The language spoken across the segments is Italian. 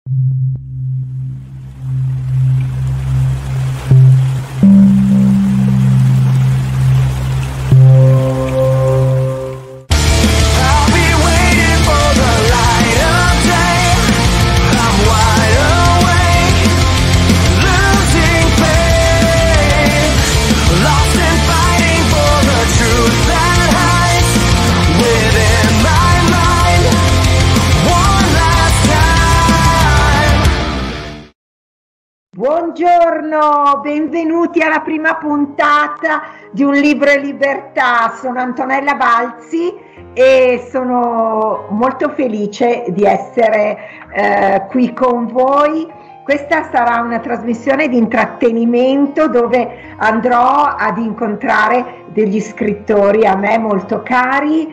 Buongiorno, benvenuti alla prima puntata di Un Libro e Libertà. Sono Antonella Balzi e sono molto felice di essere qui con voi. Questa sarà una trasmissione di intrattenimento dove andrò ad incontrare degli scrittori a me molto cari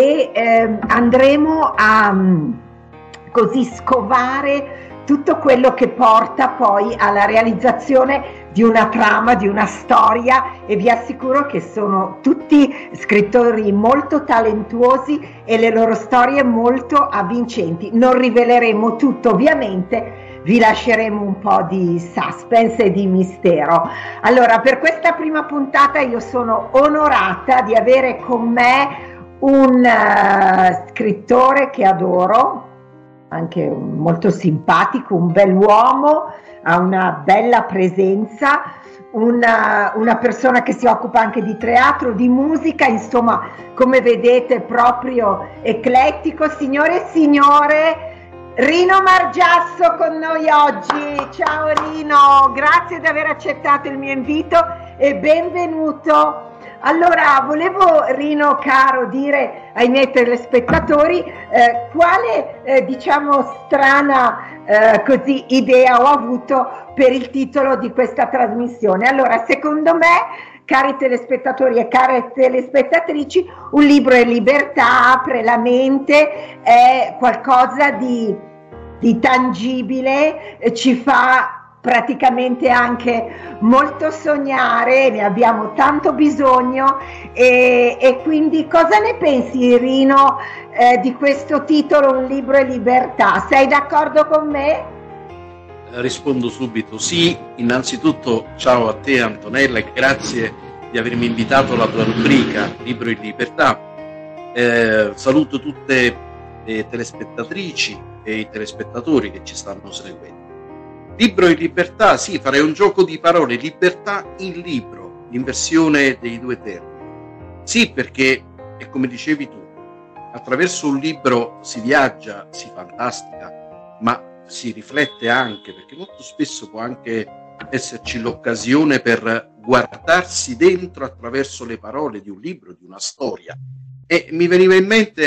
e andremo a così scovare tutto quello che porta poi alla realizzazione di una trama, di una storia, e vi assicuro che sono tutti scrittori molto talentuosi e le loro storie molto avvincenti. Non riveleremo tutto, ovviamente, vi lasceremo un po' di suspense e di mistero. Allora, per questa prima puntata io sono onorata di avere con me un scrittore che adoro, anche molto simpatico, un bell'uomo, ha una bella presenza, una persona che si occupa anche di teatro, di musica, insomma, come vedete, proprio eclettico. Signore e signore, Rino Margiasso con noi oggi. Ciao Rino, grazie di aver accettato il mio invito e benvenuto. Allora, volevo, Rino caro, dire ai miei telespettatori quale diciamo strana così idea ho avuto per il titolo di questa trasmissione. Allora, secondo me, cari telespettatori e care telespettatrici, Un Libro e Libertà apre la mente, è qualcosa di tangibile, ci fa praticamente anche molto sognare, ne abbiamo tanto bisogno e quindi cosa ne pensi, Rino, di questo titolo Un Libro e Libertà? Sei d'accordo con me? Rispondo subito sì. Innanzitutto ciao a te Antonella e grazie di avermi invitato alla tua rubrica Libro e Libertà. Saluto tutte le telespettatrici e i telespettatori che ci stanno seguendo. Libro e libertà, sì, farei un gioco di parole, libertà in libro, l'inversione dei due termini. Sì, perché, è come dicevi tu, attraverso un libro si viaggia, si fantastica, ma si riflette anche, perché molto spesso può anche esserci l'occasione per guardarsi dentro attraverso le parole di un libro, di una storia. E mi venivano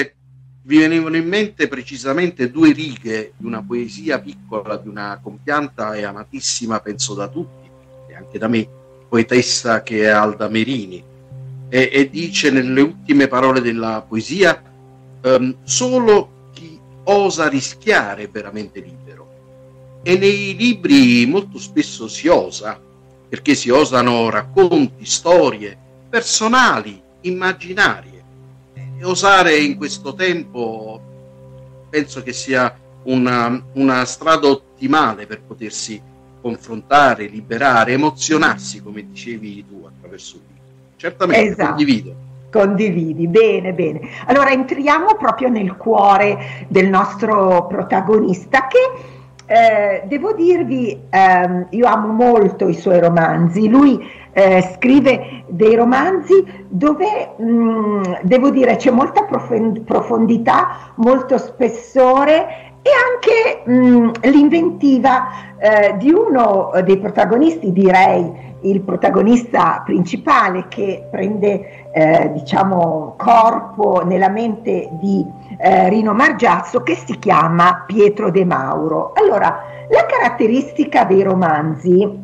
in mente precisamente due righe di una poesia piccola di una compianta e amatissima, penso da tutti e anche da me, poetessa che è Alda Merini, e dice nelle ultime parole della poesia: solo chi osa rischiare è veramente libero. E nei libri molto spesso si osa, perché si osano racconti, storie personali, immaginarie. Osare in questo tempo penso che sia una strada ottimale per potersi confrontare, liberare, emozionarsi, come dicevi tu, attraverso il libro. Certamente, esatto. Condividi, bene, bene. Allora entriamo proprio nel cuore del nostro protagonista che devo dirvi, io amo molto i suoi romanzi. Lui scrive dei romanzi dove devo dire c'è molta profondità, molto spessore e anche l'inventiva di uno dei protagonisti, direi il protagonista principale, che prende diciamo corpo nella mente di Rino Margiasso, che si chiama Pietro De Mauro. Allora, la caratteristica dei romanzi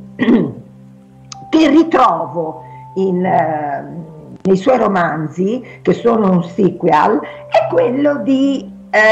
che ritrovo nei suoi romanzi, che sono un sequel, è quello di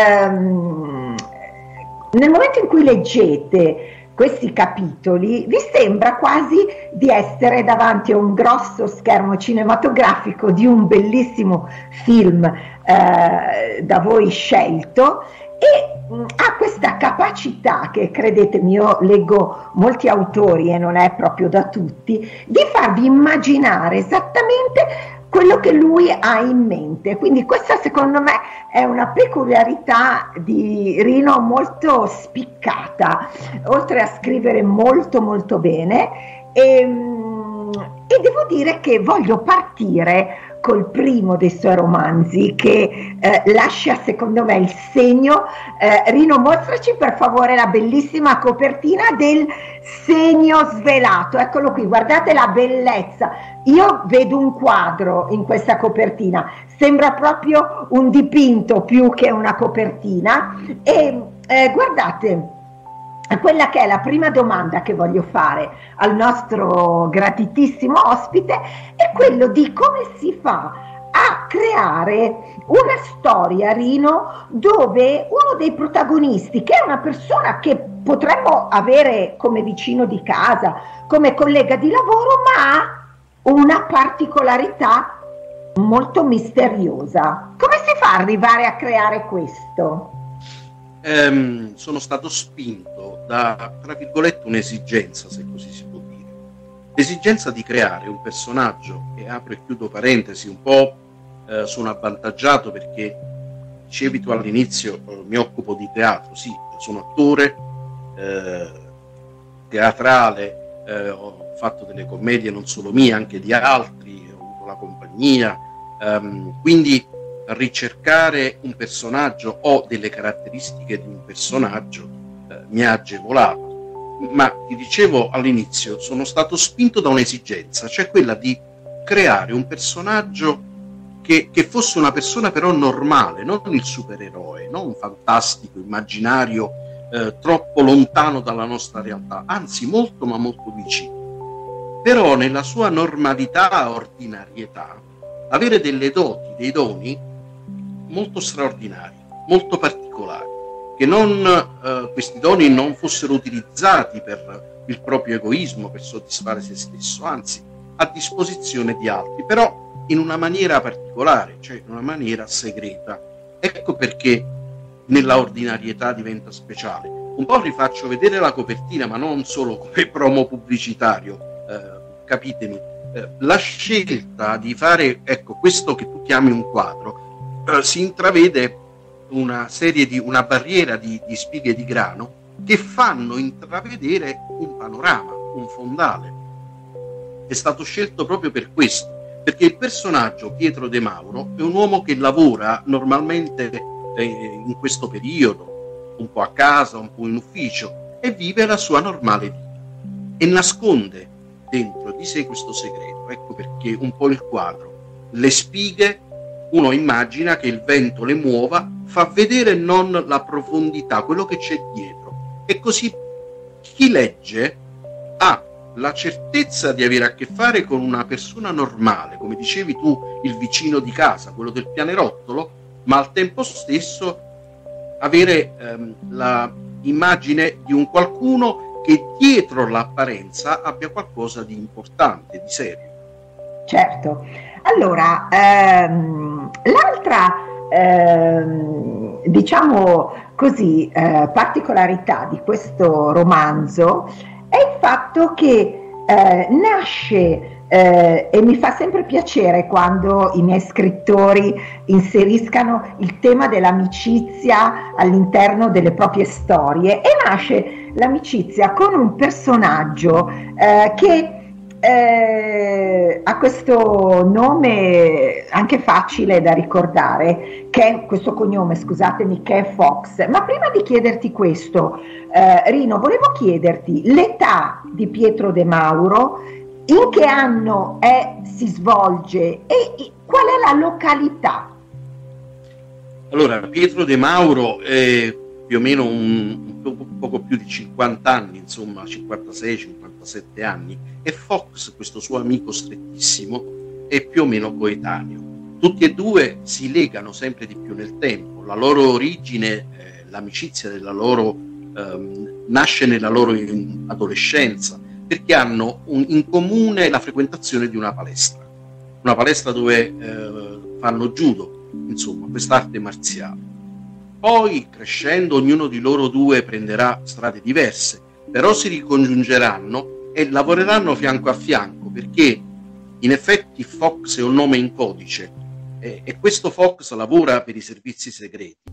nel momento in cui leggete questi capitoli vi sembra quasi di essere davanti a un grosso schermo cinematografico di un bellissimo film da voi scelto, e ha questa capacità, che credetemi, io leggo molti autori e non è proprio da tutti, di farvi immaginare esattamente quello che lui ha in mente. Quindi questa secondo me è una peculiarità di Rino molto spiccata, oltre a scrivere molto molto bene. E devo dire che voglio partire col primo dei suoi romanzi, che lascia secondo me il segno. Rino, mostraci per favore la bellissima copertina del Segno svelato. Eccolo qui, guardate la bellezza. Io vedo un quadro in questa copertina, sembra proprio un dipinto più che una copertina. E guardate, quella che è la prima domanda che voglio fare al nostro gratitissimo ospite è quello di come si fa a creare una storia, Rino, dove uno dei protagonisti, che è una persona che potremmo avere come vicino di casa, come collega di lavoro, ma ha una particolarità molto misteriosa. Come si fa ad arrivare a creare questo? Sono stato spinto da, tra virgolette, un'esigenza, se così si può dire. L'esigenza di creare un personaggio, e apro e chiudo parentesi, un po' sono avvantaggiato perché, dicevi tu all'inizio, mi occupo di teatro, sì, sono attore, teatrale, ho fatto delle commedie non solo mie, anche di altri, ho avuto la compagnia, quindi ricercare un personaggio o delle caratteristiche di un personaggio mi ha agevolato. Ma ti dicevo all'inizio, sono stato spinto da un'esigenza, cioè quella di creare un personaggio che fosse una persona però normale, non il supereroe, non fantastico, immaginario, troppo lontano dalla nostra realtà, anzi molto ma molto vicino. Però nella sua normalità, ordinarietà, avere delle doti, dei doni molto straordinari, molto particolari, che questi doni non fossero utilizzati per il proprio egoismo, per soddisfare se stesso, anzi a disposizione di altri, però in una maniera particolare, cioè in una maniera segreta. Ecco perché nella ordinarietà diventa speciale. Un po' rifaccio vedere la copertina, ma non solo come promo pubblicitario, capitemi. La scelta di fare, ecco, questo che tu chiami un quadro, si intravede una barriera di spighe di grano che fanno intravedere un panorama, un fondale. È stato scelto proprio per questo, perché il personaggio Pietro De Mauro è un uomo che lavora normalmente in questo periodo, un po' a casa, un po' in ufficio, e vive la sua normale vita e nasconde dentro di sé questo segreto. Ecco perché un po' il quadro, le spighe, uno immagina che il vento le muova, fa vedere non la profondità, quello che c'è dietro, e così chi legge ha la certezza di avere a che fare con una persona normale, come dicevi tu, il vicino di casa, quello del pianerottolo, ma al tempo stesso avere la immagine di un qualcuno che dietro l'apparenza abbia qualcosa di importante, di serio. Certo. Allora, l'altra diciamo così particolarità di questo romanzo è il fatto che nasce e mi fa sempre piacere quando i miei scrittori inseriscano il tema dell'amicizia all'interno delle proprie storie, e nasce l'amicizia con un personaggio che ha questo nome anche facile da ricordare, che è questo cognome, scusatemi, che è Fox. Ma prima di chiederti questo, Rino, volevo chiederti l'età di Pietro De Mauro, in che anno si svolge e qual è la località? Allora, Pietro De Mauro è più o meno poco più di 50 anni, insomma 56-57 anni, e Fox, questo suo amico strettissimo, è più o meno coetaneo. Tutti e due si legano sempre di più nel tempo, la loro origine, l'amicizia della loro nasce nella loro adolescenza, perché hanno in comune la frequentazione di una palestra dove fanno judo, insomma, quest'arte marziale. Poi, crescendo, ognuno di loro due prenderà strade diverse, però si ricongiungeranno e lavoreranno fianco a fianco, perché in effetti Fox è un nome in codice e questo Fox lavora per i servizi segreti.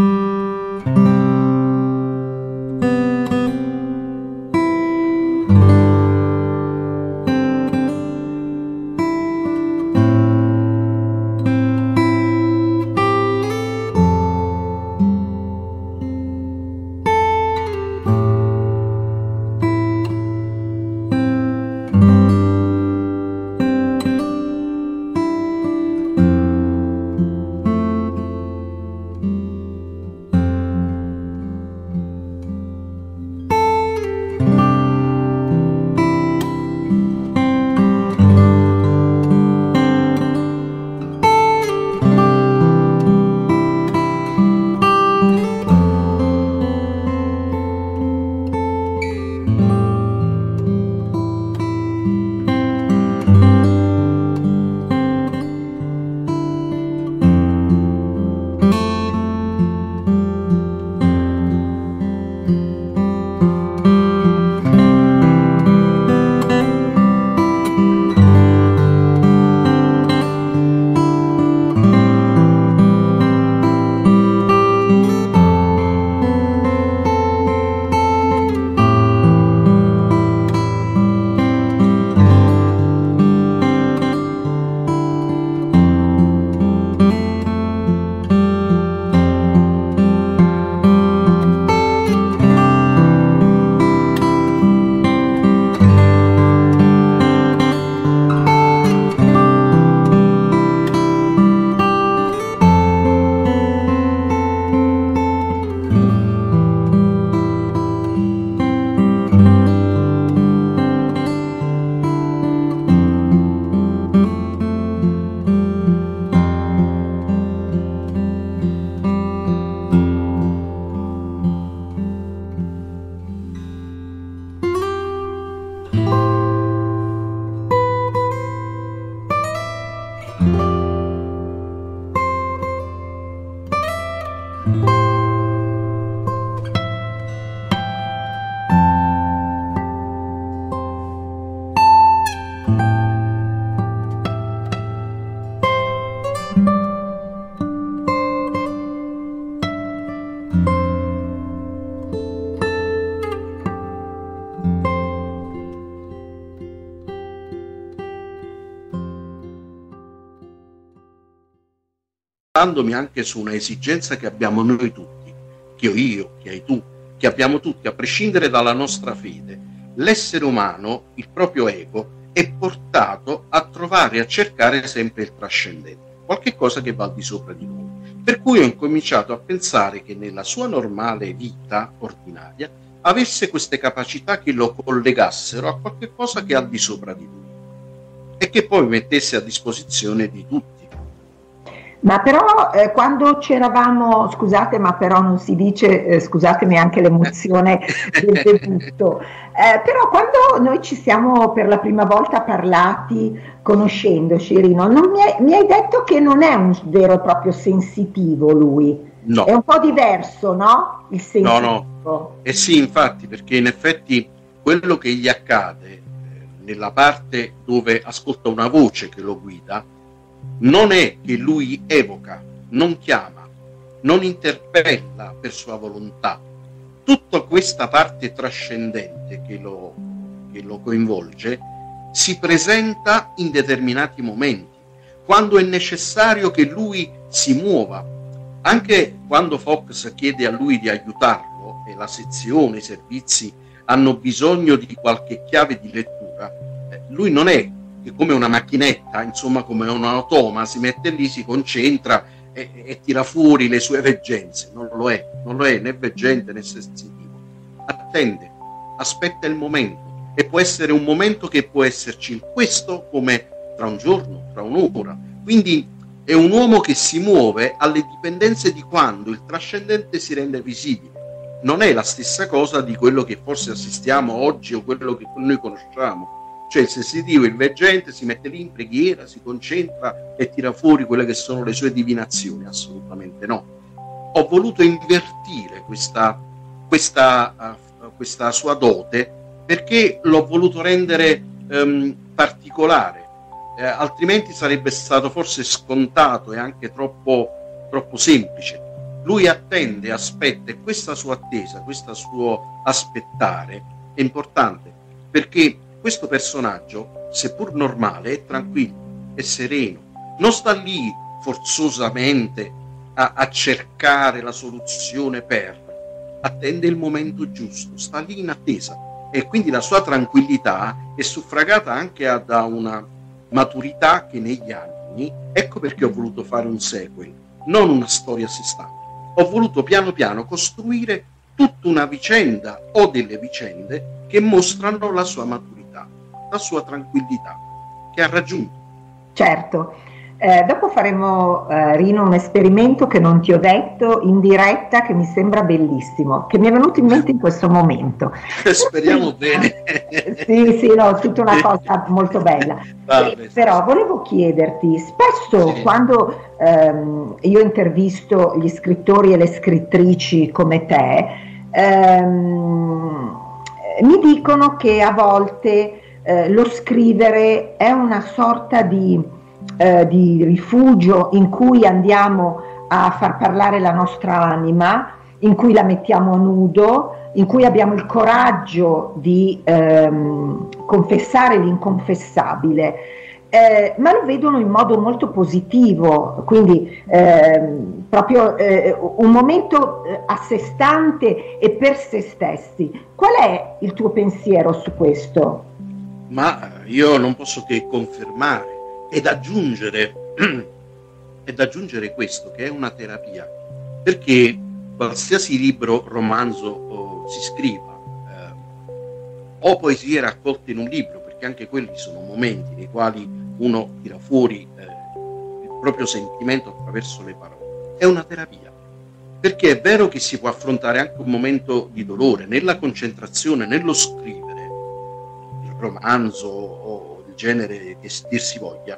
Anche su una esigenza che abbiamo noi tutti, che ho io, che hai tu, che abbiamo tutti, a prescindere dalla nostra fede. L'essere umano, il proprio ego, è portato a trovare e a cercare sempre il trascendente, qualche cosa che va al di sopra di noi. Per cui ho incominciato a pensare che nella sua normale vita ordinaria avesse queste capacità che lo collegassero a qualche cosa che è al di sopra di lui e che poi mettesse a disposizione di tutti. Ma però quando c'eravamo, scusate, ma però non si dice, scusatemi anche l'emozione del debutto, però quando noi ci siamo per la prima volta parlati, conoscendo Cirino, non mi hai detto che non è un vero e proprio sensitivo lui, no. È un po' diverso, no? Il sensitivo. No. Sì, infatti, perché in effetti quello che gli accade nella parte dove ascolta una voce che lo guida, non è che lui evoca, non chiama, non interpella per sua volontà. Tutta questa parte trascendente che lo coinvolge si presenta in determinati momenti, quando è necessario che lui si muova. Anche quando Fox chiede a lui di aiutarlo e la sezione, i servizi hanno bisogno di qualche chiave di lettura, lui non è che come una macchinetta, insomma come un automa, si mette lì, si concentra e tira fuori le sue veggenze. Non lo è né veggente né sensitivo. Attende, aspetta il momento, e può essere un momento che può esserci questo come tra un giorno, tra un'ora. Quindi è un uomo che si muove alle dipendenze di quando il trascendente si rende visibile. Non è la stessa cosa di quello che forse assistiamo oggi o quello che noi conosciamo. Cioè il sensitivo, il veggente si mette lì in preghiera, si concentra e tira fuori quelle che sono le sue divinazioni. Assolutamente no. ho voluto invertire questa sua dote, perché l'ho voluto rendere particolare, altrimenti sarebbe stato forse scontato e anche troppo semplice. Lui attende, aspetta, e questa sua attesa, questo suo aspettare è importante, perché questo personaggio, seppur normale, è tranquillo, è sereno, non sta lì forzosamente a cercare la soluzione attende il momento giusto, sta lì in attesa, e quindi la sua tranquillità è suffragata anche da una maturità che negli anni, ecco perché ho voluto fare un sequel, non una storia a sé stante. Ho voluto piano piano costruire tutta una vicenda o delle vicende che mostrano la sua maturità, la sua tranquillità che ha raggiunto. Certo. Dopo faremo, Rino, un esperimento che non ti ho detto in diretta, che mi sembra bellissimo, che mi è venuto in mente in questo momento. Speriamo bene. Sì, no, tutta una cosa molto bella. Però volevo chiederti, spesso quando io intervisto gli scrittori e le scrittrici come te, mi dicono che a volte lo scrivere è una sorta di rifugio in cui andiamo a far parlare la nostra anima, in cui la mettiamo a nudo, in cui abbiamo il coraggio di confessare l'inconfessabile, ma lo vedono in modo molto positivo, quindi proprio un momento a sé stante e per se stessi. Qual è il tuo pensiero su questo? Ma io non posso che confermare ed aggiungere questo, che è una terapia, perché qualsiasi libro, romanzo si scriva, o poesie raccolte in un libro, perché anche quelli sono momenti nei quali uno tira fuori il proprio sentimento attraverso le parole, è una terapia, perché è vero che si può affrontare anche un momento di dolore nella concentrazione, nello scrivere il romanzo o il genere che dir si voglia,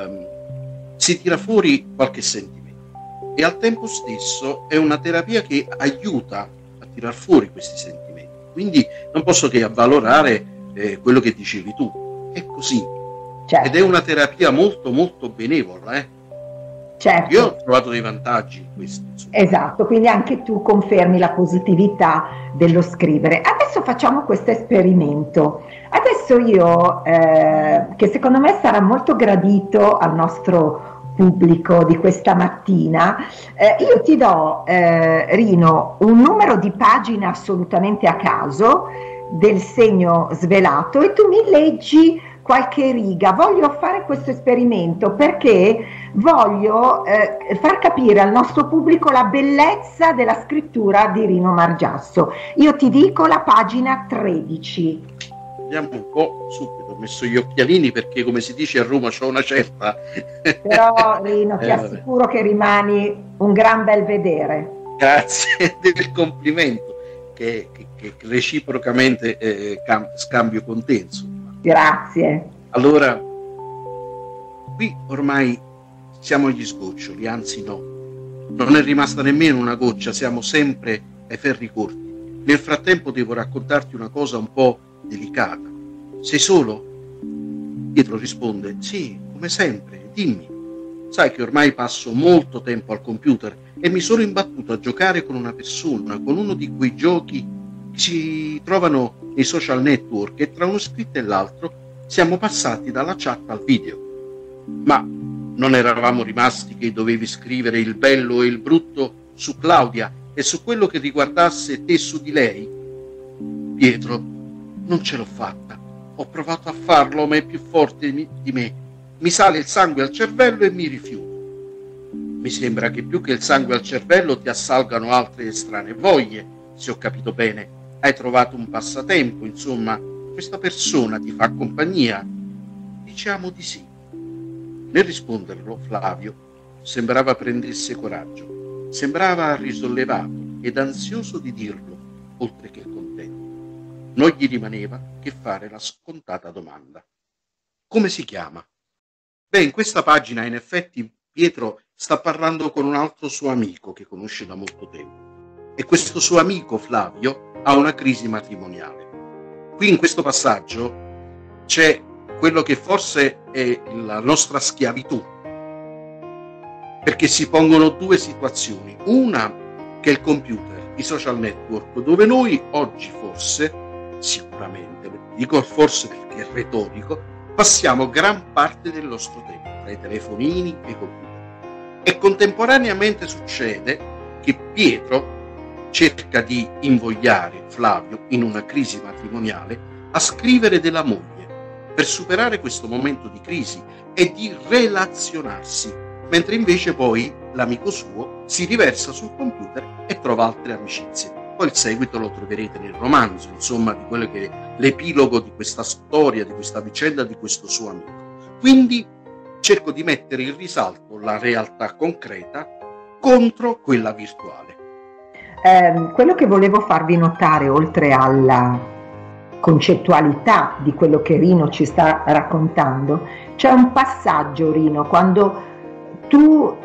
si tira fuori qualche sentimento, e al tempo stesso è una terapia che aiuta a tirar fuori questi sentimenti. Quindi non posso che avvalorare quello che dicevi tu, è così. Certo. Ed è una terapia molto molto benevola. Certo. Io ho trovato dei vantaggi in questo. Insomma. Esatto, quindi anche tu confermi la positività dello scrivere. Adesso facciamo questo esperimento. Adesso io, che secondo me sarà molto gradito al nostro pubblico di questa mattina, io ti do, Rino, un numero di pagina assolutamente a caso del segno svelato e tu mi leggi qualche riga. Voglio fare questo esperimento perché voglio far capire al nostro pubblico la bellezza della scrittura di Rino Margiasso. Io ti dico la pagina 13. Vediamo un po' subito, ho messo gli occhialini perché, come si dice a Roma, c'ho una certa. Però Rino, ti assicuro che rimani un gran bel vedere. Grazie del complimento che reciprocamente scambio con te, insomma. Grazie. Allora, qui ormai siamo agli sgoccioli, anzi no, non è rimasta nemmeno una goccia, siamo sempre ai ferri corti. Nel frattempo devo raccontarti una cosa un po' delicata. Sei solo? Pietro risponde: sì, come sempre, dimmi. Sai che ormai passo molto tempo al computer e mi sono imbattuto a giocare con una persona, con uno di quei giochi che si trovano nei social network, e tra uno scritto e l'altro siamo passati dalla chat al video. Ma non eravamo rimasti che dovevi scrivere il bello e il brutto su Claudia e su quello che riguardasse te su di lei? Pietro, non ce l'ho fatta. Ho provato a farlo, ma è più forte di me. Mi sale il sangue al cervello e mi rifiuto. Mi sembra che più che il sangue al cervello ti assalgano altre strane voglie, se ho capito bene. Hai trovato un passatempo, insomma, questa persona ti fa compagnia? Diciamo di sì. Nel risponderlo, Flavio sembrava prendesse coraggio, sembrava risollevato ed ansioso di dirlo, oltre che contento. Non gli rimaneva che fare la scontata domanda: come si chiama? Beh, in questa pagina in effetti Pietro sta parlando con un altro suo amico che conosce da molto tempo, e questo suo amico Flavio ha una crisi matrimoniale. Qui in questo passaggio c'è quello che forse è la nostra schiavitù, perché si pongono due situazioni: una che è il computer, i social network, dove noi oggi forse, sicuramente, dico forse perché è retorico, passiamo gran parte del nostro tempo tra i telefonini e i computer, e contemporaneamente succede che Pietro cerca di invogliare Flavio, in una crisi matrimoniale, a scrivere della moglie per superare questo momento di crisi e di relazionarsi, mentre invece poi l'amico suo si riversa sul computer e trova altre amicizie. Poi il seguito lo troverete nel romanzo, insomma, di quello che è l'epilogo di questa storia, di questa vicenda, di questo suo amico. Quindi cerco di mettere in risalto la realtà concreta contro quella virtuale. Quello che volevo farvi notare, oltre alla concettualità di quello che Rino ci sta raccontando, c'è un passaggio, Rino, quando tu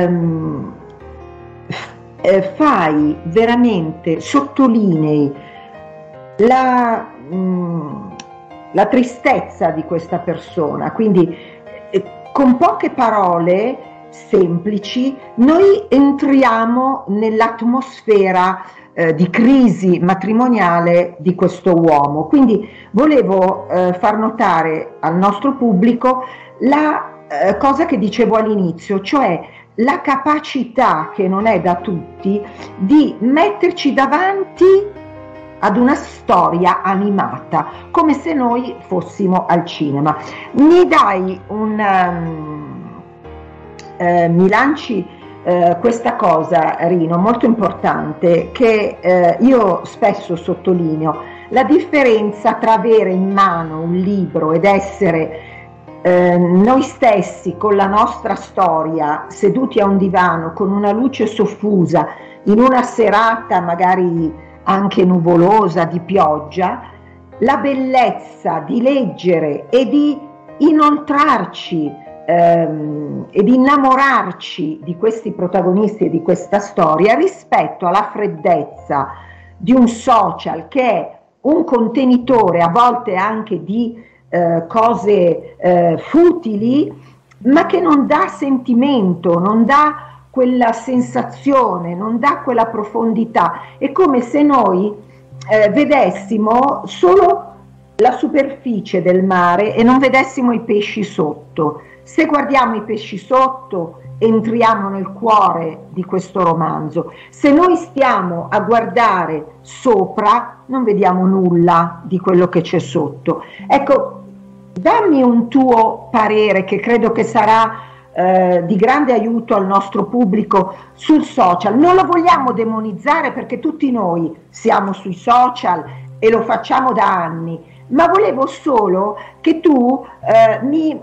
fai veramente, sottolinei la tristezza di questa persona, quindi con poche parole semplici noi entriamo nell'atmosfera di crisi matrimoniale di questo uomo. Quindi volevo far notare al nostro pubblico la cosa che dicevo all'inizio, cioè la capacità, che non è da tutti, di metterci davanti ad una storia animata, come se noi fossimo al cinema. Mi dai mi lanci questa cosa, Rino, molto importante, che io spesso sottolineo: la differenza tra avere in mano un libro ed essere noi stessi con la nostra storia seduti a un divano con una luce soffusa in una serata magari anche nuvolosa di pioggia, la bellezza di leggere e di inoltrarci e di innamorarci di questi protagonisti e di questa storia, rispetto alla freddezza di un social che è un contenitore a volte anche di cose futili, ma che non dà sentimento, non dà quella sensazione, non dà quella profondità. È come se noi vedessimo solo la superficie del mare e non vedessimo i pesci sotto. Se guardiamo i pesci sotto, entriamo nel cuore di questo romanzo. Se noi stiamo a guardare sopra, non vediamo nulla di quello che c'è sotto. Ecco, dammi un tuo parere, che credo che sarà di grande aiuto al nostro pubblico, sul social. Non lo vogliamo demonizzare, perché tutti noi siamo sui social e lo facciamo da anni, ma volevo solo che tu mi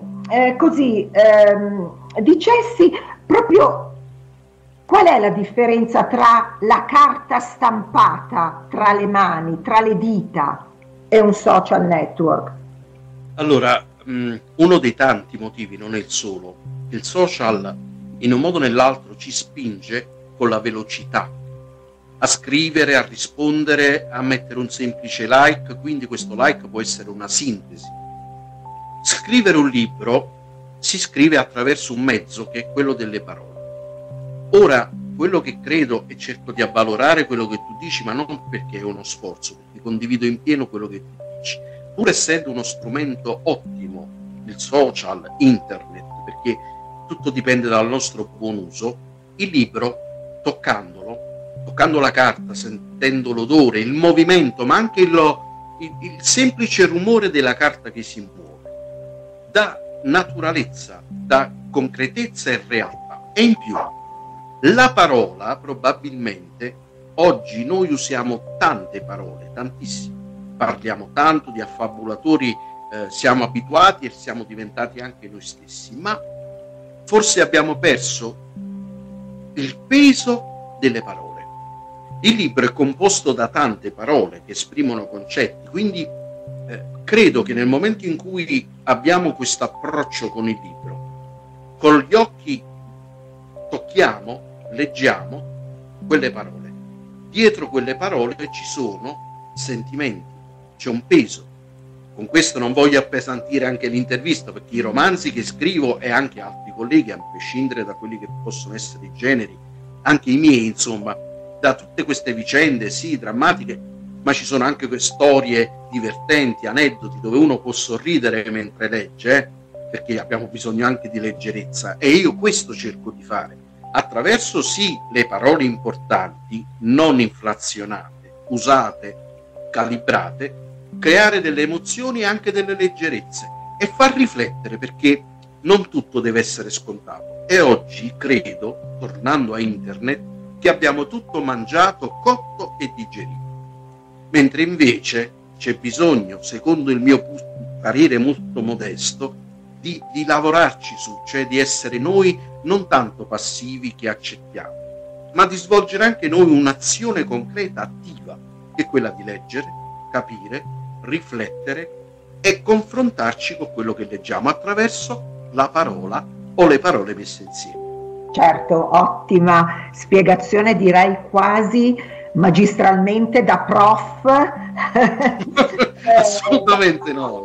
dicessi proprio qual è la differenza tra la carta stampata tra le mani, tra le dita, e un social network. Allora, uno dei tanti motivi, non è il solo. Il social in un modo o nell'altro ci spinge con la velocità a scrivere, a rispondere, a mettere un semplice like, quindi questo like può essere una sintesi. Scrivere un libro si scrive attraverso un mezzo che è quello delle parole. Ora, quello che credo, e cerco di avvalorare quello che tu dici, ma non perché è uno sforzo, perché condivido in pieno quello che tu dici, pur essendo uno strumento ottimo, il social, internet, perché tutto dipende dal nostro buon uso, il libro, toccando la carta, sentendo l'odore, il movimento, ma anche il semplice rumore della carta che si muove, dà naturalezza, dà concretezza e realtà. E in più, la parola, probabilmente, oggi noi usiamo tante parole, tantissime, parliamo tanto di affabulatori, siamo abituati e siamo diventati anche noi stessi, ma forse abbiamo perso il peso delle parole. Il libro è composto da tante parole che esprimono concetti, quindi credo che nel momento in cui abbiamo questo approccio con il libro, con gli occhi tocchiamo, leggiamo quelle parole. Dietro quelle parole ci sono sentimenti, c'è un peso. Con questo non voglio appesantire anche l'intervista, perché i romanzi che scrivo e anche altri colleghi, a prescindere da quelli che possono essere i generi, anche i miei, insomma, da tutte queste vicende, sì, drammatiche, ma ci sono anche storie divertenti, aneddoti, dove uno può sorridere mentre legge, perché abbiamo bisogno anche di leggerezza, e io questo cerco di fare, attraverso sì le parole importanti, non inflazionate, usate, calibrate, creare delle emozioni e anche delle leggerezze e far riflettere, perché non tutto deve essere scontato. E oggi credo, tornando a internet, che abbiamo tutto mangiato, cotto e digerito, mentre invece c'è bisogno, secondo il mio parere molto modesto, di lavorarci su, cioè di essere noi non tanto passivi che accettiamo, ma di svolgere anche noi un'azione concreta, attiva, che è quella di leggere, capire, riflettere e confrontarci con quello che leggiamo attraverso la parola o le parole messe insieme. Certo, ottima spiegazione, direi quasi magistralmente da prof. Assolutamente no.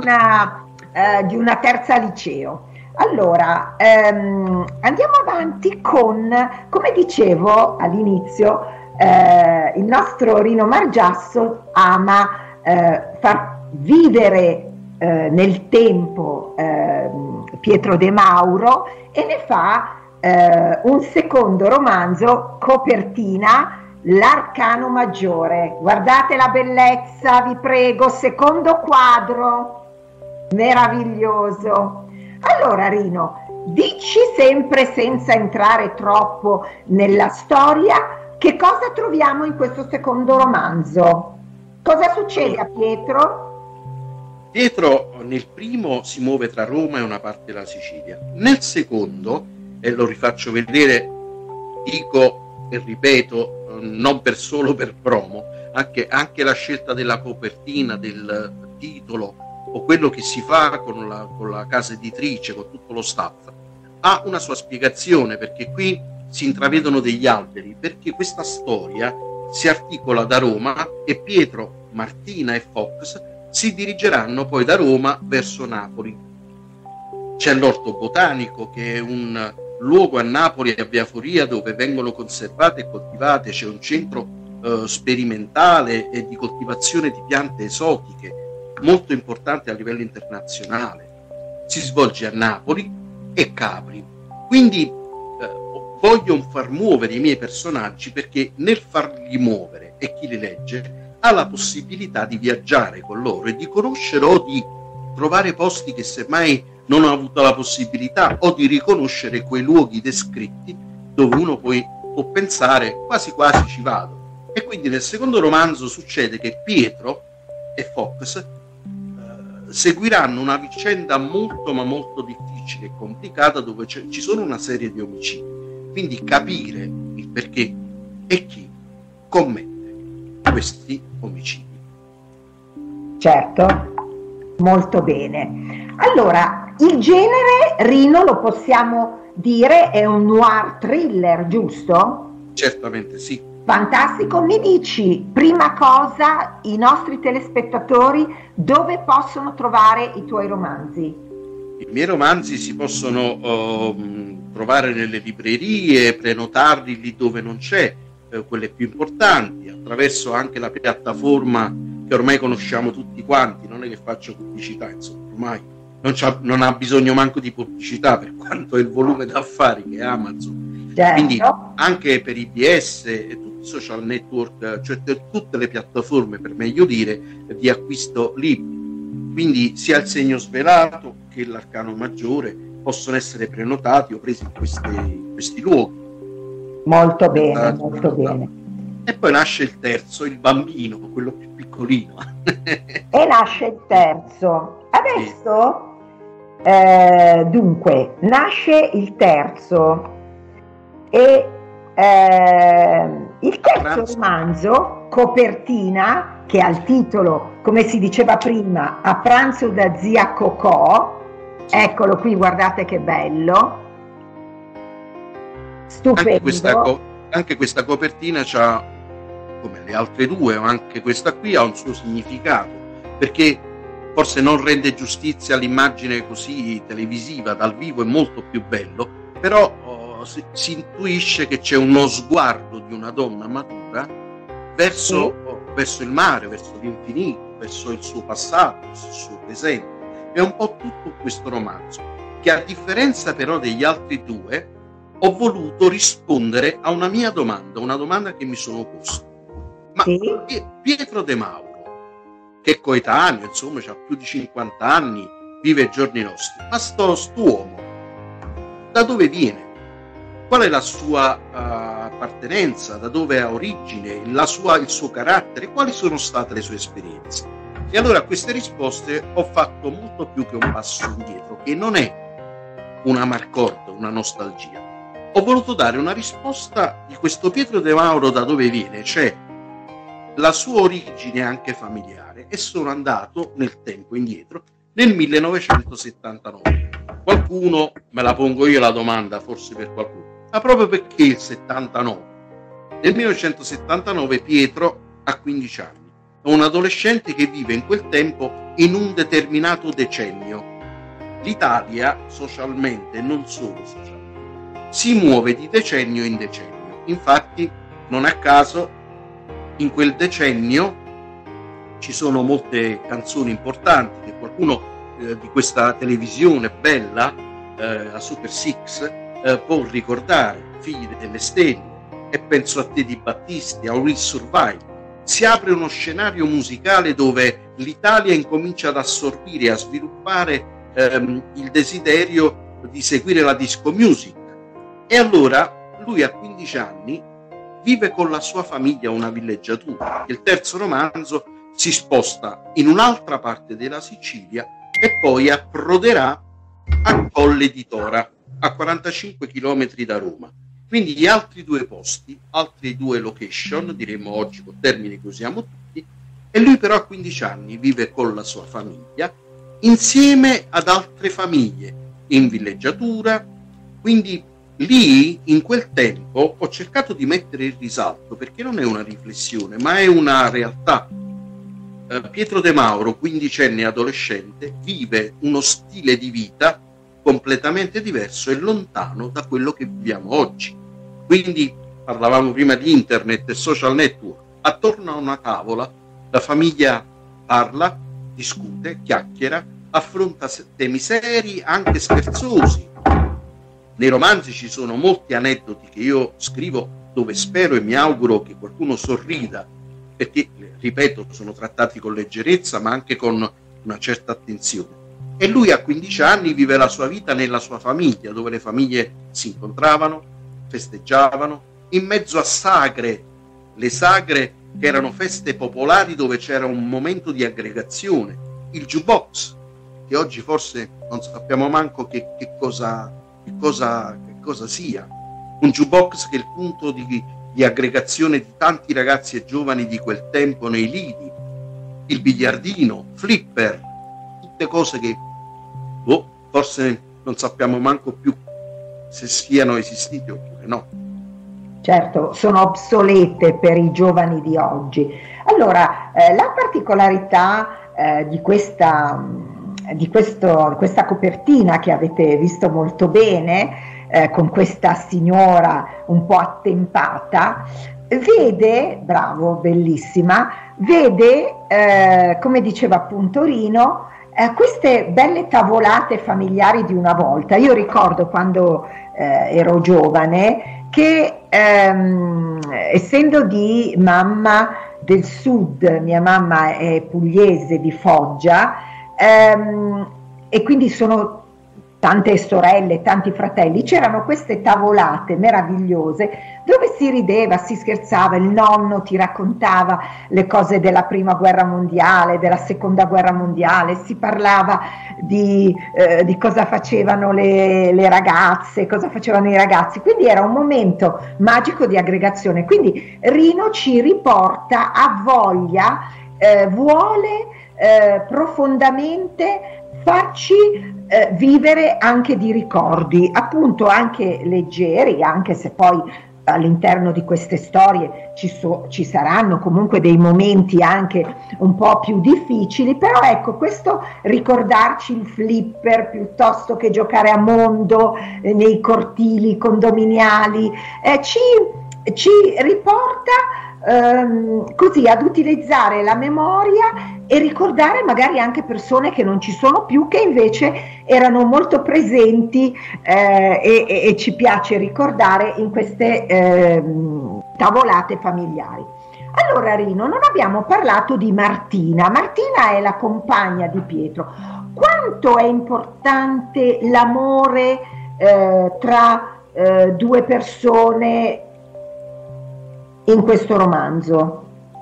Di una terza liceo. Allora, andiamo avanti con, come dicevo all'inizio, il nostro Rino Margiasso ama far vivere nel tempo Pietro De Mauro, e ne fa un secondo romanzo, copertina, L'Arcano Maggiore. Guardate la bellezza, vi prego, secondo quadro, meraviglioso. Allora Rino, dici, sempre senza entrare troppo nella storia, che cosa troviamo in questo secondo romanzo? Cosa succede a Pietro? Pietro nel primo si muove tra Roma e una parte della Sicilia. Nel secondo, e lo rifaccio vedere, dico e ripeto, non per solo per promo, anche la scelta della copertina, del titolo, o quello che si fa con la casa editrice, con tutto lo staff, ha una sua spiegazione, perché qui si intravedono degli alberi, perché questa storia si articola da Roma e Pietro, Martina e Fox si dirigeranno poi da Roma verso Napoli. C'è l'orto botanico, che è un luogo a Napoli, a Via Foria, dove vengono conservate e coltivate, c'è un centro sperimentale e di coltivazione di piante esotiche molto importante a livello internazionale. Si svolge a Napoli e Capri. Quindi voglio far muovere i miei personaggi, perché nel farli muovere, e chi li legge ha la possibilità di viaggiare con loro e di conoscere o di trovare posti che semmai non ho avuto la possibilità, o di riconoscere quei luoghi descritti dove uno poi può pensare quasi quasi ci vado. E quindi nel secondo romanzo succede che Pietro e Fox seguiranno una vicenda molto ma molto difficile e complicata, dove ci sono una serie di omicidi, quindi capire il perché e chi commette questi omicidi. Certo, molto bene. Allora, il genere, Rino, lo possiamo dire è un noir thriller, giusto? Certamente sì. Fantastico. Mi dici, prima cosa, i nostri telespettatori dove possono trovare i tuoi romanzi? I miei romanzi si possono trovare nelle librerie, prenotarli lì dove non c'è, quelle più importanti, attraverso anche la piattaforma che ormai conosciamo tutti quanti. Non è che faccio pubblicità, insomma, ormai non ha bisogno manco di pubblicità, per quanto è il volume d'affari che è Amazon. Certo. Quindi anche per IBS e tutti i social network, cioè tutte le piattaforme, per meglio dire, di acquisto libri. Quindi sia il Segno Svelato che l'Arcano Maggiore possono essere prenotati o presi in questi luoghi. Molto bene, molto bene. E poi nasce il terzo, il bambino, quello più piccolino. E nasce il terzo. Adesso, dunque, nasce il terzo. E il terzo romanzo, copertina, che ha il titolo, come si diceva prima, A pranzo da zia Cocò. Eccolo qui, guardate che bello. Stupendo. Anche questa copertina c'ha, come le altre due, ma anche questa qui ha un suo significato, perché forse non rende giustizia all'immagine così televisiva, dal vivo è molto più bello, però si intuisce che c'è uno sguardo di una donna matura verso il mare, verso l'infinito, verso il suo passato, verso il suo presente. È un po' tutto questo romanzo, che a differenza però degli altri due, ho voluto rispondere a una mia domanda, una domanda che mi sono posto. Ma Pietro De Mauro, che è coetaneo, insomma, ha più di 50 anni, vive ai giorni nostri, ma st'uomo, da dove viene? Qual è la sua appartenenza? Da dove ha origine? Il suo carattere? Quali sono state le sue esperienze? E allora a queste risposte ho fatto molto più che un passo indietro, che non è una marcorda, una nostalgia. Ho voluto dare una risposta di questo Pietro De Mauro, da dove viene, cioè la sua origine anche familiare, e sono andato nel tempo indietro, nel 1979. Qualcuno, me la pongo io la domanda, forse per qualcuno, ma proprio perché il 79? Nel 1979 Pietro ha 15 anni, è un adolescente che vive in quel tempo in un determinato decennio. L'Italia, socialmente e non solo socialmente, si muove di decennio in decennio. Infatti, non a caso, in quel decennio ci sono molte canzoni importanti che qualcuno di questa televisione bella, la Super Six, può ricordare, Figli delle Stelle, E penso a te di Battisti, a Will Survive. Si apre uno scenario musicale dove l'Italia incomincia ad assorbire, a sviluppare il desiderio di seguire la disco music. E allora lui a 15 anni vive con la sua famiglia una villeggiatura. Il terzo romanzo si sposta in un'altra parte della Sicilia e poi approderà a Colle di Tora, a 45 km da Roma. Quindi gli altri due posti, altre due location, diremmo oggi con termini che usiamo tutti, e lui però a 15 anni vive con la sua famiglia insieme ad altre famiglie in villeggiatura. Quindi lì, in quel tempo, ho cercato di mettere il risalto, perché non è una riflessione, ma è una realtà. Pietro De Mauro, quindicenne adolescente, vive uno stile di vita completamente diverso e lontano da quello che viviamo oggi. Quindi, parlavamo prima di internet e social network, attorno a una tavola la famiglia parla, discute, chiacchiera, affronta temi seri, anche scherzosi. Nei romanzi ci sono molti aneddoti che io scrivo dove spero e mi auguro che qualcuno sorrida, perché, ripeto, sono trattati con leggerezza ma anche con una certa attenzione. E lui a 15 anni vive la sua vita nella sua famiglia, dove le famiglie si incontravano, festeggiavano, in mezzo a sagre, le sagre che erano feste popolari dove c'era un momento di aggregazione, il jukebox, che oggi forse non sappiamo manco che cosa sia, un jukebox che è il punto di aggregazione di tanti ragazzi e giovani di quel tempo nei lidi, il biliardino, flipper, tutte cose che forse non sappiamo manco più se siano esistiti oppure no. Certo, sono obsolete per i giovani di oggi. Allora, la particolarità di questa copertina che avete visto molto bene, con questa signora un po' attempata, vede, bravo, bellissima, vede, come diceva appunto Rino, queste belle tavolate familiari di una volta. Io ricordo quando ero giovane che essendo di mamma del sud, mia mamma è pugliese di Foggia, e quindi sono tante sorelle, tanti fratelli, c'erano queste tavolate meravigliose dove si rideva, si scherzava, il nonno ti raccontava le cose della prima guerra mondiale, della seconda guerra mondiale, si parlava di cosa facevano le ragazze, cosa facevano i ragazzi, quindi era un momento magico di aggregazione. Quindi Rino ci riporta, ha voglia, vuole profondamente farci vivere anche di ricordi, appunto anche leggeri, anche se poi all'interno di queste storie ci saranno comunque dei momenti anche un po' più difficili, però ecco, questo ricordarci il flipper piuttosto che giocare a mondo nei cortili condominiali ci riporta così ad utilizzare la memoria e ricordare magari anche persone che non ci sono più, che invece erano molto presenti e ci piace ricordare in queste tavolate familiari. Allora Rino, non abbiamo parlato di Martina. Martina è la compagna di Pietro. Quanto è importante l'amore tra due persone in questo romanzo?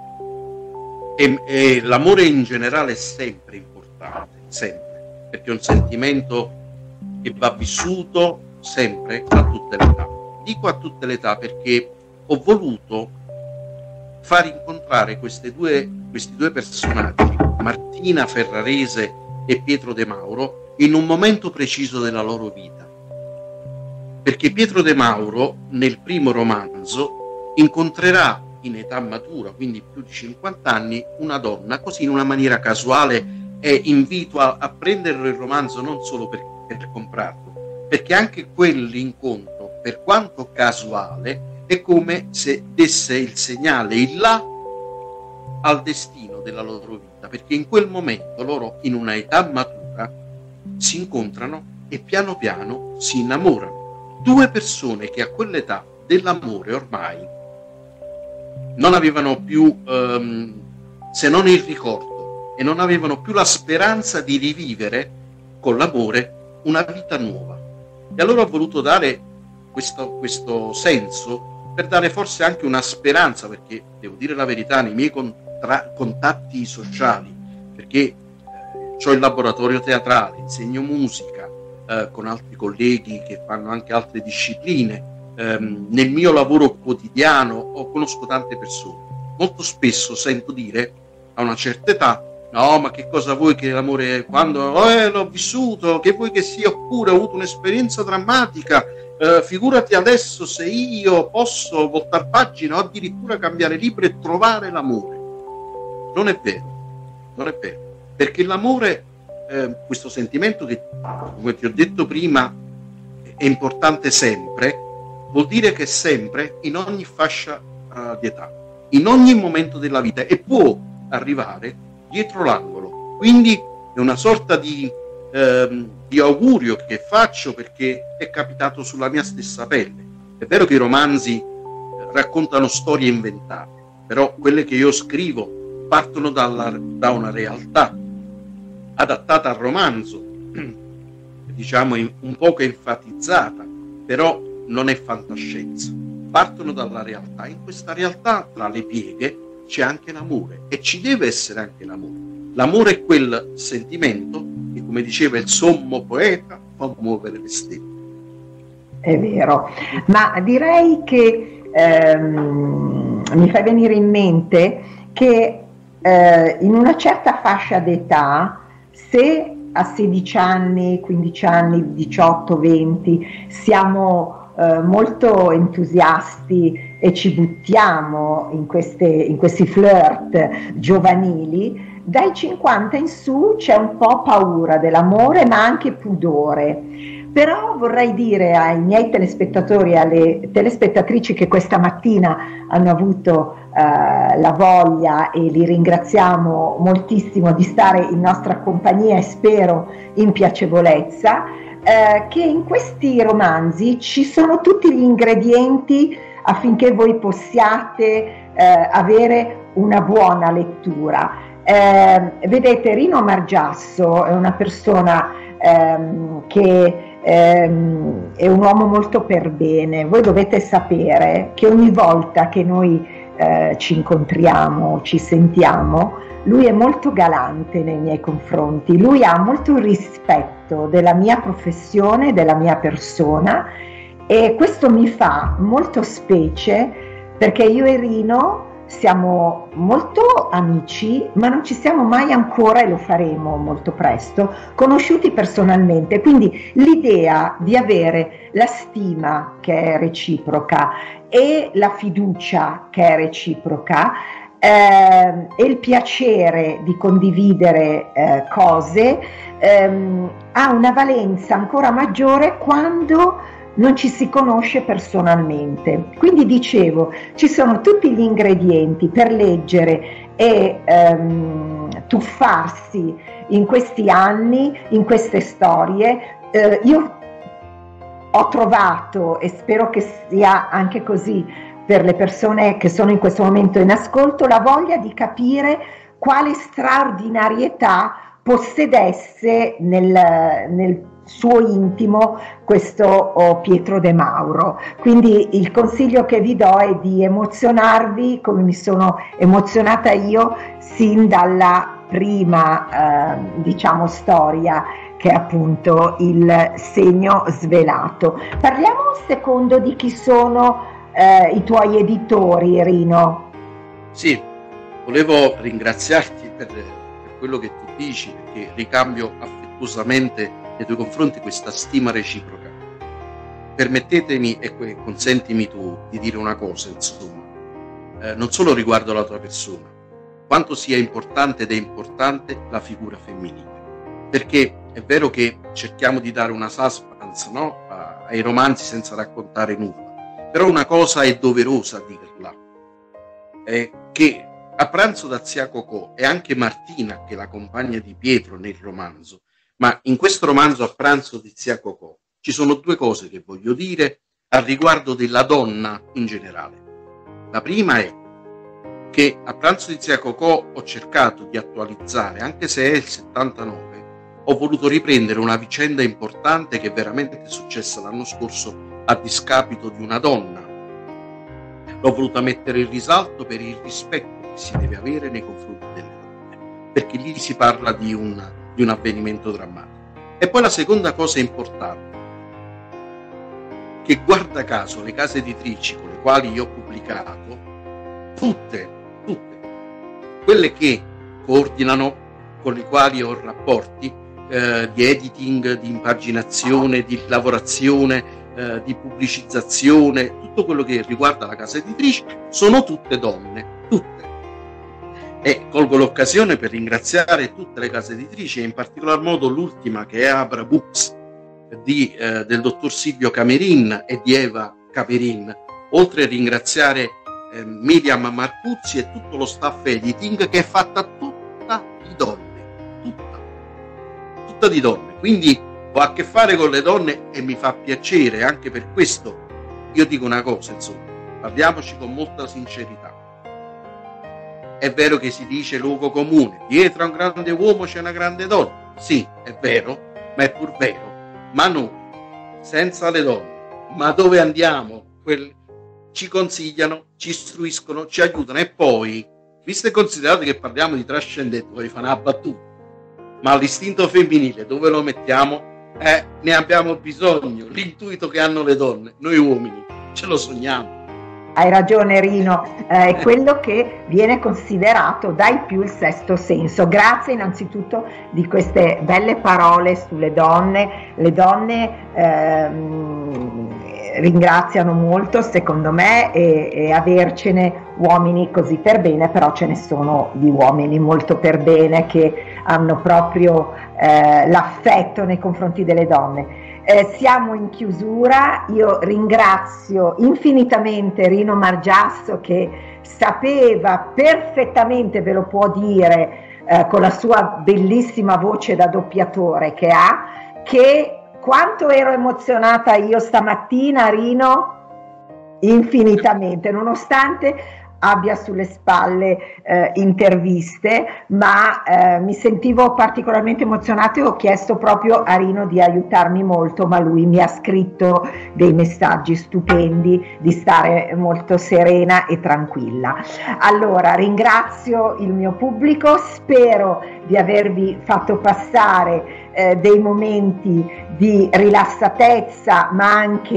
E l'amore in generale è sempre importante, sempre, perché è un sentimento che va vissuto sempre a tutte le età. Dico a tutte le età perché ho voluto far incontrare questi due personaggi, Martina Ferrarese e Pietro De Mauro, in un momento preciso della loro vita. Perché Pietro De Mauro, nel primo romanzo, incontrerà in età matura, quindi più di 50 anni, una donna, così in una maniera casuale, e invito a prendere il romanzo non solo per comprarlo, perché anche quell'incontro, per quanto casuale, è come se desse il segnale, il là, al destino della loro vita, perché in quel momento loro, in una età matura, si incontrano e piano piano si innamorano. Due persone che a quell'età dell'amore ormai non avevano più se non il ricordo e non avevano più la speranza di rivivere con l'amore una vita nuova. E allora ho voluto dare questo senso per dare forse anche una speranza, perché devo dire la verità, nei miei contatti sociali, perché ho il laboratorio teatrale, insegno musica con altri colleghi che fanno anche altre discipline, nel mio lavoro quotidiano conosco tante persone. Molto spesso sento dire a una certa età: no, ma che cosa vuoi che l'amore, quando l'ho vissuto, che vuoi che sia, oppure ho avuto un'esperienza drammatica, figurati adesso se io posso voltar pagina o addirittura cambiare libro e trovare l'amore. Non è vero, non è vero, perché l'amore, questo sentimento che, come ti ho detto prima, è importante sempre, vuol dire che sempre, in ogni fascia di età, in ogni momento della vita, e può arrivare dietro l'angolo. Quindi è una sorta di augurio che faccio, perché è capitato sulla mia stessa pelle. È vero che i romanzi raccontano storie inventate, però quelle che io scrivo partono da una realtà adattata al romanzo, diciamo un poco enfatizzata, però non è fantascienza, partono dalla realtà. In questa realtà, tra le pieghe, c'è anche l'amore, e ci deve essere anche l'amore. L'amore è quel sentimento che, come diceva il sommo poeta, fa muovere le stelle. È vero, ma direi che mi fa venire in mente che in una certa fascia d'età, se a 16 anni, 15 anni, 18, 20 siamo molto entusiasti e ci buttiamo in questi flirt giovanili, dai 50 in su c'è un po' paura dell'amore, ma anche pudore. Però vorrei dire ai miei telespettatori e alle telespettatrici che questa mattina hanno avuto la voglia, e li ringraziamo moltissimo di stare in nostra compagnia e spero in piacevolezza, che in questi romanzi ci sono tutti gli ingredienti affinché voi possiate avere una buona lettura. Vedete, Rino Margiasso è una persona che è un uomo molto per bene. Voi dovete sapere che ogni volta che noi ci incontriamo, ci sentiamo, lui è molto galante nei miei confronti, lui ha molto rispetto della mia professione, della mia persona, e questo mi fa molto specie, perché io e Rino siamo molto amici, ma non ci siamo mai ancora, e lo faremo molto presto, conosciuti personalmente. Quindi l'idea di avere la stima che è reciproca e la fiducia che è reciproca, e il piacere di condividere cose ha una valenza ancora maggiore quando non ci si conosce personalmente. Quindi dicevo, ci sono tutti gli ingredienti per leggere e tuffarsi in questi anni, in queste storie. Io ho trovato, e spero che sia anche così per le persone che sono in questo momento in ascolto, la voglia di capire quale straordinarietà possedesse nel suo intimo questo Pietro De Mauro. Quindi il consiglio che vi do è di emozionarvi come mi sono emozionata io sin dalla prima storia, che è appunto Il segno svelato. Parliamo un secondo di chi sono i tuoi editori, Rino. Sì, volevo ringraziarti per quello che tu dici, perché ricambio affettuosamente nei tuoi confronti questa stima reciproca. Permettetemi e consentimi tu di dire una cosa, insomma, non solo riguardo la tua persona, quanto sia importante ed è importante la figura femminile, perché è vero che cerchiamo di dare una suspense, no? Ai romanzi senza raccontare nulla, però una cosa è doverosa dirla, che a pranzo da zia Cocò e anche Martina, che è la compagna di Pietro nel romanzo, ma in questo romanzo A pranzo di zia Cocò ci sono due cose che voglio dire al riguardo della donna in generale. La prima è che A pranzo di zia Cocò ho cercato di attualizzare, anche se è il 79, ho voluto riprendere una vicenda importante che è veramente successa l'anno scorso a discapito di una donna. L'ho voluta mettere in risalto per il rispetto che si deve avere nei confronti delle donne, perché lì si parla di un avvenimento drammatico. E poi la seconda cosa importante, che guarda caso le case editrici con le quali io ho pubblicato, tutte, quelle che coordinano, con le quali ho rapporti di editing, di impaginazione, di lavorazione, di pubblicizzazione, tutto quello che riguarda la casa editrice, sono tutte donne, tutte. E colgo l'occasione per ringraziare tutte le case editrici, e in particolar modo l'ultima, che è Abra Books del dottor Silvio Camerin e di Eva Caperin, oltre a ringraziare Miriam Marcuzzi e tutto lo staff editing, che è fatta tutta di donne, tutta di donne. Quindi ho a che fare con le donne e mi fa piacere. Anche per questo io dico una cosa, insomma, parliamoci con molta sincerità. È vero che si dice luogo comune, dietro a un grande uomo c'è una grande donna. Sì, è vero, ma è pur vero. Ma noi, senza le donne, ma dove andiamo? Ci consigliano, ci istruiscono, ci aiutano. E poi, visto e considerato che parliamo di trascendente, vorrei fare una battuta, ma l'istinto femminile dove lo mettiamo? Ne abbiamo bisogno, l'intuito che hanno le donne, noi uomini ce lo sogniamo. Hai ragione, Rino, è quello che viene considerato dai più il sesto senso. Grazie innanzitutto di queste belle parole sulle donne. Le donne ringraziano molto, secondo me, e avercene uomini così per bene, però ce ne sono di uomini molto per bene che hanno proprio l'affetto nei confronti delle donne. Siamo in chiusura, io ringrazio infinitamente Rino Margiasso, che sapeva perfettamente, ve lo può dire, con la sua bellissima voce da doppiatore che ha, che quanto ero emozionata io stamattina, Rino, infinitamente, nonostante abbia sulle spalle interviste, ma mi sentivo particolarmente emozionata e ho chiesto proprio a Rino di aiutarmi molto, ma lui mi ha scritto dei messaggi stupendi di stare molto serena e tranquilla. Allora ringrazio il mio pubblico, spero di avervi fatto passare dei momenti di rilassatezza, ma anche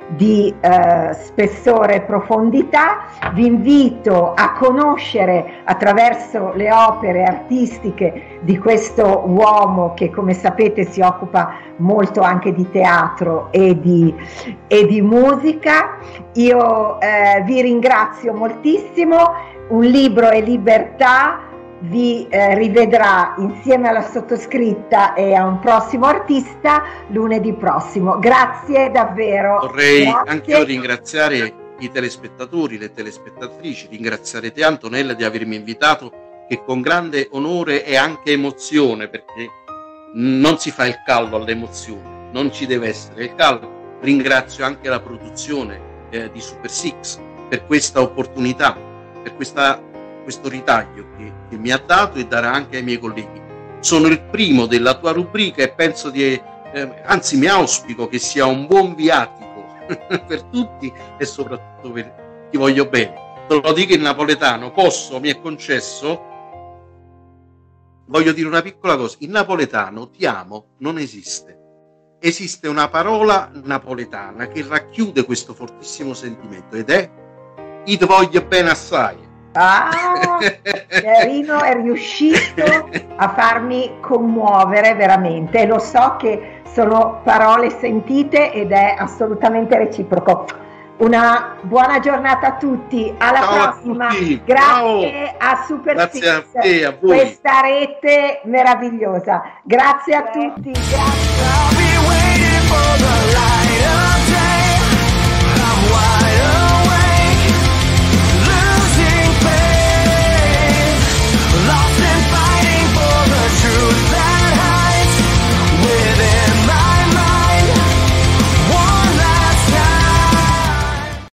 di spessore e profondità. Vi invito a conoscere attraverso le opere artistiche di questo uomo che, come sapete, si occupa molto anche di teatro e di musica. Io vi ringrazio moltissimo. Un libro è libertà. Vi rivedrà insieme alla sottoscritta e a un prossimo artista lunedì prossimo. Grazie davvero. Vorrei anche io ringraziare i telespettatori, le telespettatrici, ringraziare te Antonella di avermi invitato, che con grande onore e anche emozione, perché non si fa il callo alle emozioni, non ci deve essere il callo. Ringrazio anche la produzione di Super Six per questa opportunità, per questo ritaglio che mi ha dato e darà anche ai miei colleghi. Sono il primo della tua rubrica e penso anzi mi auspico che sia un buon viatico per tutti e soprattutto per chi voglio bene. Te lo dico in napoletano, mi è concesso. Voglio dire una piccola cosa: in napoletano ti amo non esiste. Esiste una parola napoletana che racchiude questo fortissimo sentimento ed è "I te voglio bene assai". Rino è riuscito a farmi commuovere veramente, e lo so che sono parole sentite ed è assolutamente reciproco. Una buona giornata a tutti, alla prossima. Grazie a Super Six, a te, a voi. Questa rete meravigliosa. Grazie a tutti. Grazie.